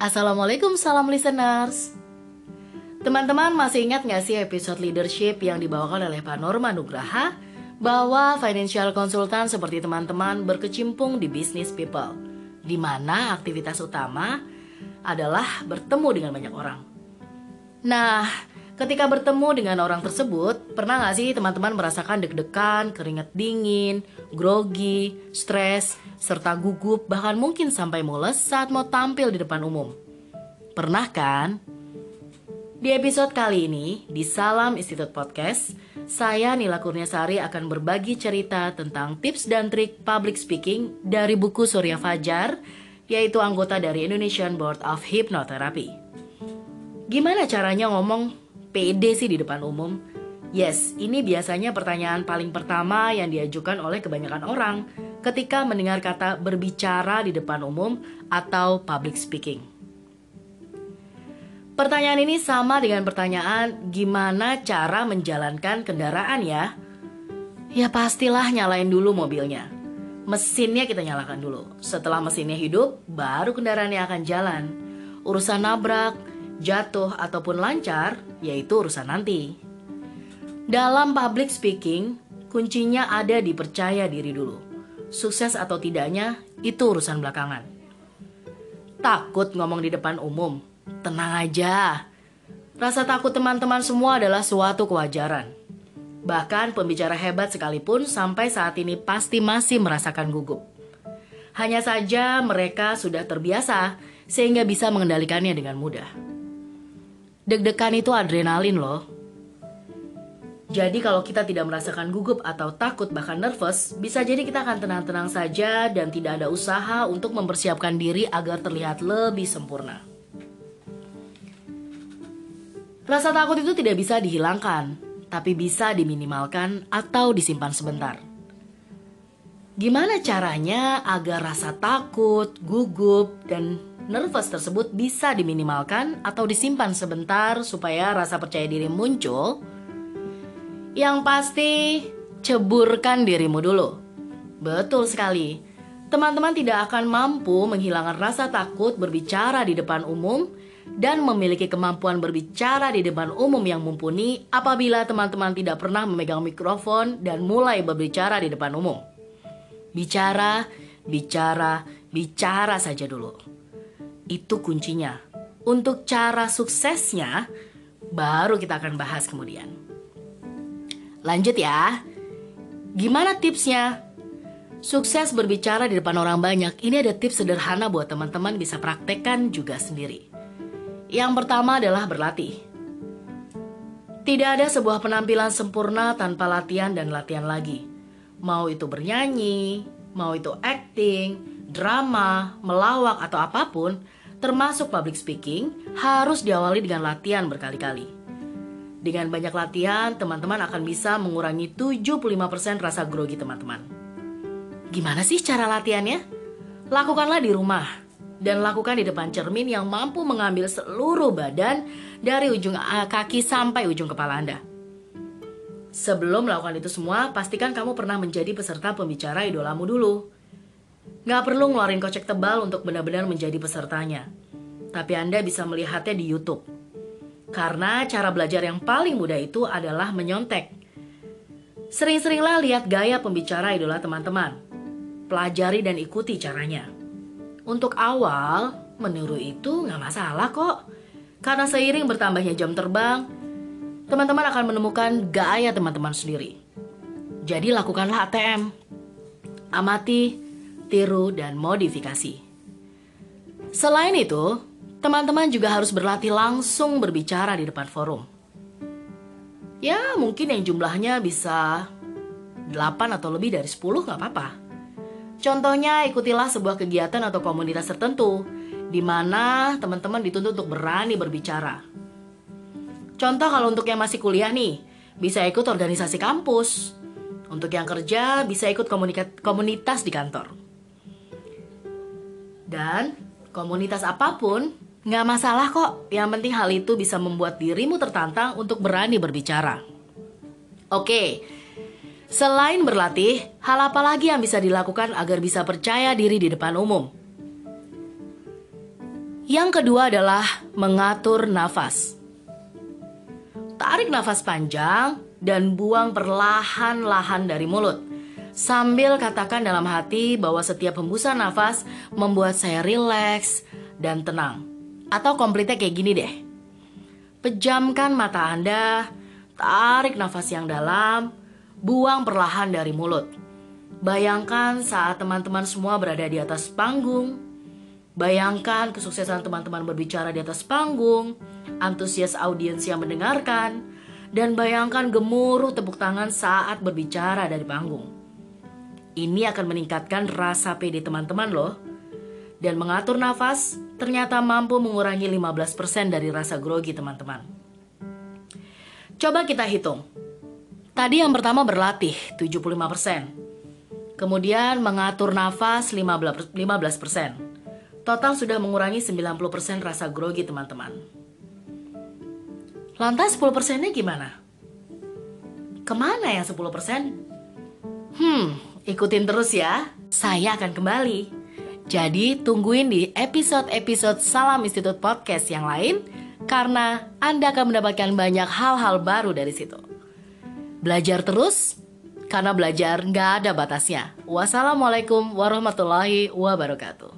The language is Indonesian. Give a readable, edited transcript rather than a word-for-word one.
Assalamualaikum, salam listeners. Teman-teman masih ingat gak sih episode leadership yang dibawakan oleh Pak Norman Nugraha, bahwa financial consultant seperti teman-teman berkecimpung di business people, di mana aktivitas utama adalah bertemu dengan banyak orang. Nah, ketika bertemu dengan orang tersebut, pernah gak sih teman-teman merasakan deg-degan, keringat dingin, grogi, stres, serta gugup, bahkan mungkin sampai mules saat mau tampil di depan umum? Pernah kan? Di episode kali ini, di Salam Institute Podcast, saya Nila Kurniasari akan berbagi cerita tentang tips dan trik public speaking dari buku Surya Fajar, yaitu anggota dari Indonesian Board of Hypnotherapy. Gimana caranya ngomong pede sih di depan umum? Yes, ini biasanya pertanyaan paling pertama yang diajukan oleh kebanyakan orang ketika mendengar kata berbicara di depan umum atau public speaking. Pertanyaan ini sama dengan pertanyaan gimana cara menjalankan kendaraan ya? Ya pastilah nyalain dulu mobilnya. Mesinnya kita nyalakan dulu. Setelah mesinnya hidup, baru kendaraannya akan jalan. Urusan nabrak, jatuh ataupun lancar, yaitu urusan nanti. Dalam public speaking, kuncinya ada di percaya diri dulu. Sukses atau tidaknya, itu urusan belakangan. Takut ngomong di depan umum? Tenang aja. Rasa takut teman-teman semua adalah suatu kewajaran. Bahkan pembicara hebat sekalipun sampai saat ini pasti masih merasakan gugup. Hanya saja mereka sudah terbiasa sehingga bisa mengendalikannya dengan mudah. Deg-degan itu adrenalin loh. Jadi kalau kita tidak merasakan gugup atau takut bahkan nervous, bisa jadi kita akan tenang-tenang saja dan tidak ada usaha untuk mempersiapkan diri agar terlihat lebih sempurna. Rasa takut itu tidak bisa dihilangkan, tapi bisa diminimalkan atau disimpan sebentar. Gimana caranya agar rasa takut, gugup, dan nervous tersebut bisa diminimalkan atau disimpan sebentar supaya rasa percaya diri muncul? Yang pasti, ceburkan dirimu dulu. Betul sekali. Teman-teman tidak akan mampu menghilangkan rasa takut berbicara di depan umum dan memiliki kemampuan berbicara di depan umum yang mumpuni apabila teman-teman tidak pernah memegang mikrofon dan mulai berbicara di depan umum. Bicara, bicara, bicara saja dulu. Itu kuncinya. Untuk cara suksesnya, baru kita akan bahas kemudian. Lanjut ya. Gimana tipsnya? Sukses berbicara di depan orang banyak. Ini ada tips sederhana buat teman-teman bisa praktekkan juga sendiri. Yang pertama adalah berlatih. Tidak ada sebuah penampilan sempurna tanpa latihan dan latihan lagi. Mau itu bernyanyi, mau itu acting, drama, melawak atau apapun, termasuk public speaking, harus diawali dengan latihan berkali-kali. Dengan banyak latihan, teman-teman akan bisa mengurangi 75% rasa grogi teman-teman. Gimana sih cara latihannya? Lakukanlah di rumah dan lakukan di depan cermin yang mampu mengambil seluruh badan dari ujung kaki sampai ujung kepala Anda. Sebelum melakukan itu semua, pastikan kamu pernah menjadi peserta pembicara idolamu dulu. Gak perlu ngeluarin kocek tebal untuk benar-benar menjadi pesertanya. Tapi Anda bisa melihatnya di YouTube. Karena cara belajar yang paling mudah itu adalah menyontek. Sering-seringlah lihat gaya pembicara idola teman-teman. Pelajari dan ikuti caranya. Untuk awal, meniru itu gak masalah kok. Karena seiring bertambahnya jam terbang, teman-teman akan menemukan gaya teman-teman sendiri. Jadi lakukanlah ATM. Amati, tiru, dan modifikasi. Selain itu, teman-teman juga harus berlatih langsung berbicara di depan forum. Ya, mungkin yang jumlahnya bisa 8 atau lebih dari 10 gak apa-apa. Contohnya, ikutilah sebuah kegiatan atau komunitas tertentu, di mana teman-teman dituntut untuk berani berbicara. Contoh kalau untuk yang masih kuliah nih, bisa ikut organisasi kampus. Untuk yang kerja, bisa ikut komunitas di kantor. Dan komunitas apapun, nggak masalah kok, yang penting hal itu bisa membuat dirimu tertantang untuk berani berbicara. Oke, selain berlatih, hal apa lagi yang bisa dilakukan agar bisa percaya diri di depan umum? Yang kedua adalah mengatur nafas. Tarik nafas panjang dan buang perlahan-lahan dari mulut. Sambil katakan dalam hati bahwa setiap hembusan nafas membuat saya rileks dan tenang. Atau komplitnya kayak gini deh. Pejamkan mata Anda, tarik nafas yang dalam, buang perlahan dari mulut. Bayangkan saat teman-teman semua berada di atas panggung. Bayangkan kesuksesan teman-teman berbicara di atas panggung, antusias audiens yang mendengarkan, dan bayangkan gemuruh tepuk tangan saat berbicara dari panggung. Ini akan meningkatkan rasa pede teman-teman loh. Dan mengatur nafas ternyata mampu mengurangi 15% dari rasa grogi teman-teman. Coba kita hitung. Tadi yang pertama berlatih 75%. Kemudian mengatur nafas 15%. Total sudah mengurangi 90% rasa grogi teman-teman. Lantas 10%-nya gimana? Kemana yang 10%? Ikutin terus ya. Saya akan kembali. Jadi tungguin di episode-episode Salam Institut Podcast yang lain, karena Anda akan mendapatkan banyak hal-hal baru dari situ. Belajar terus, karena belajar nggak ada batasnya. Wassalamualaikum warahmatullahi wabarakatuh.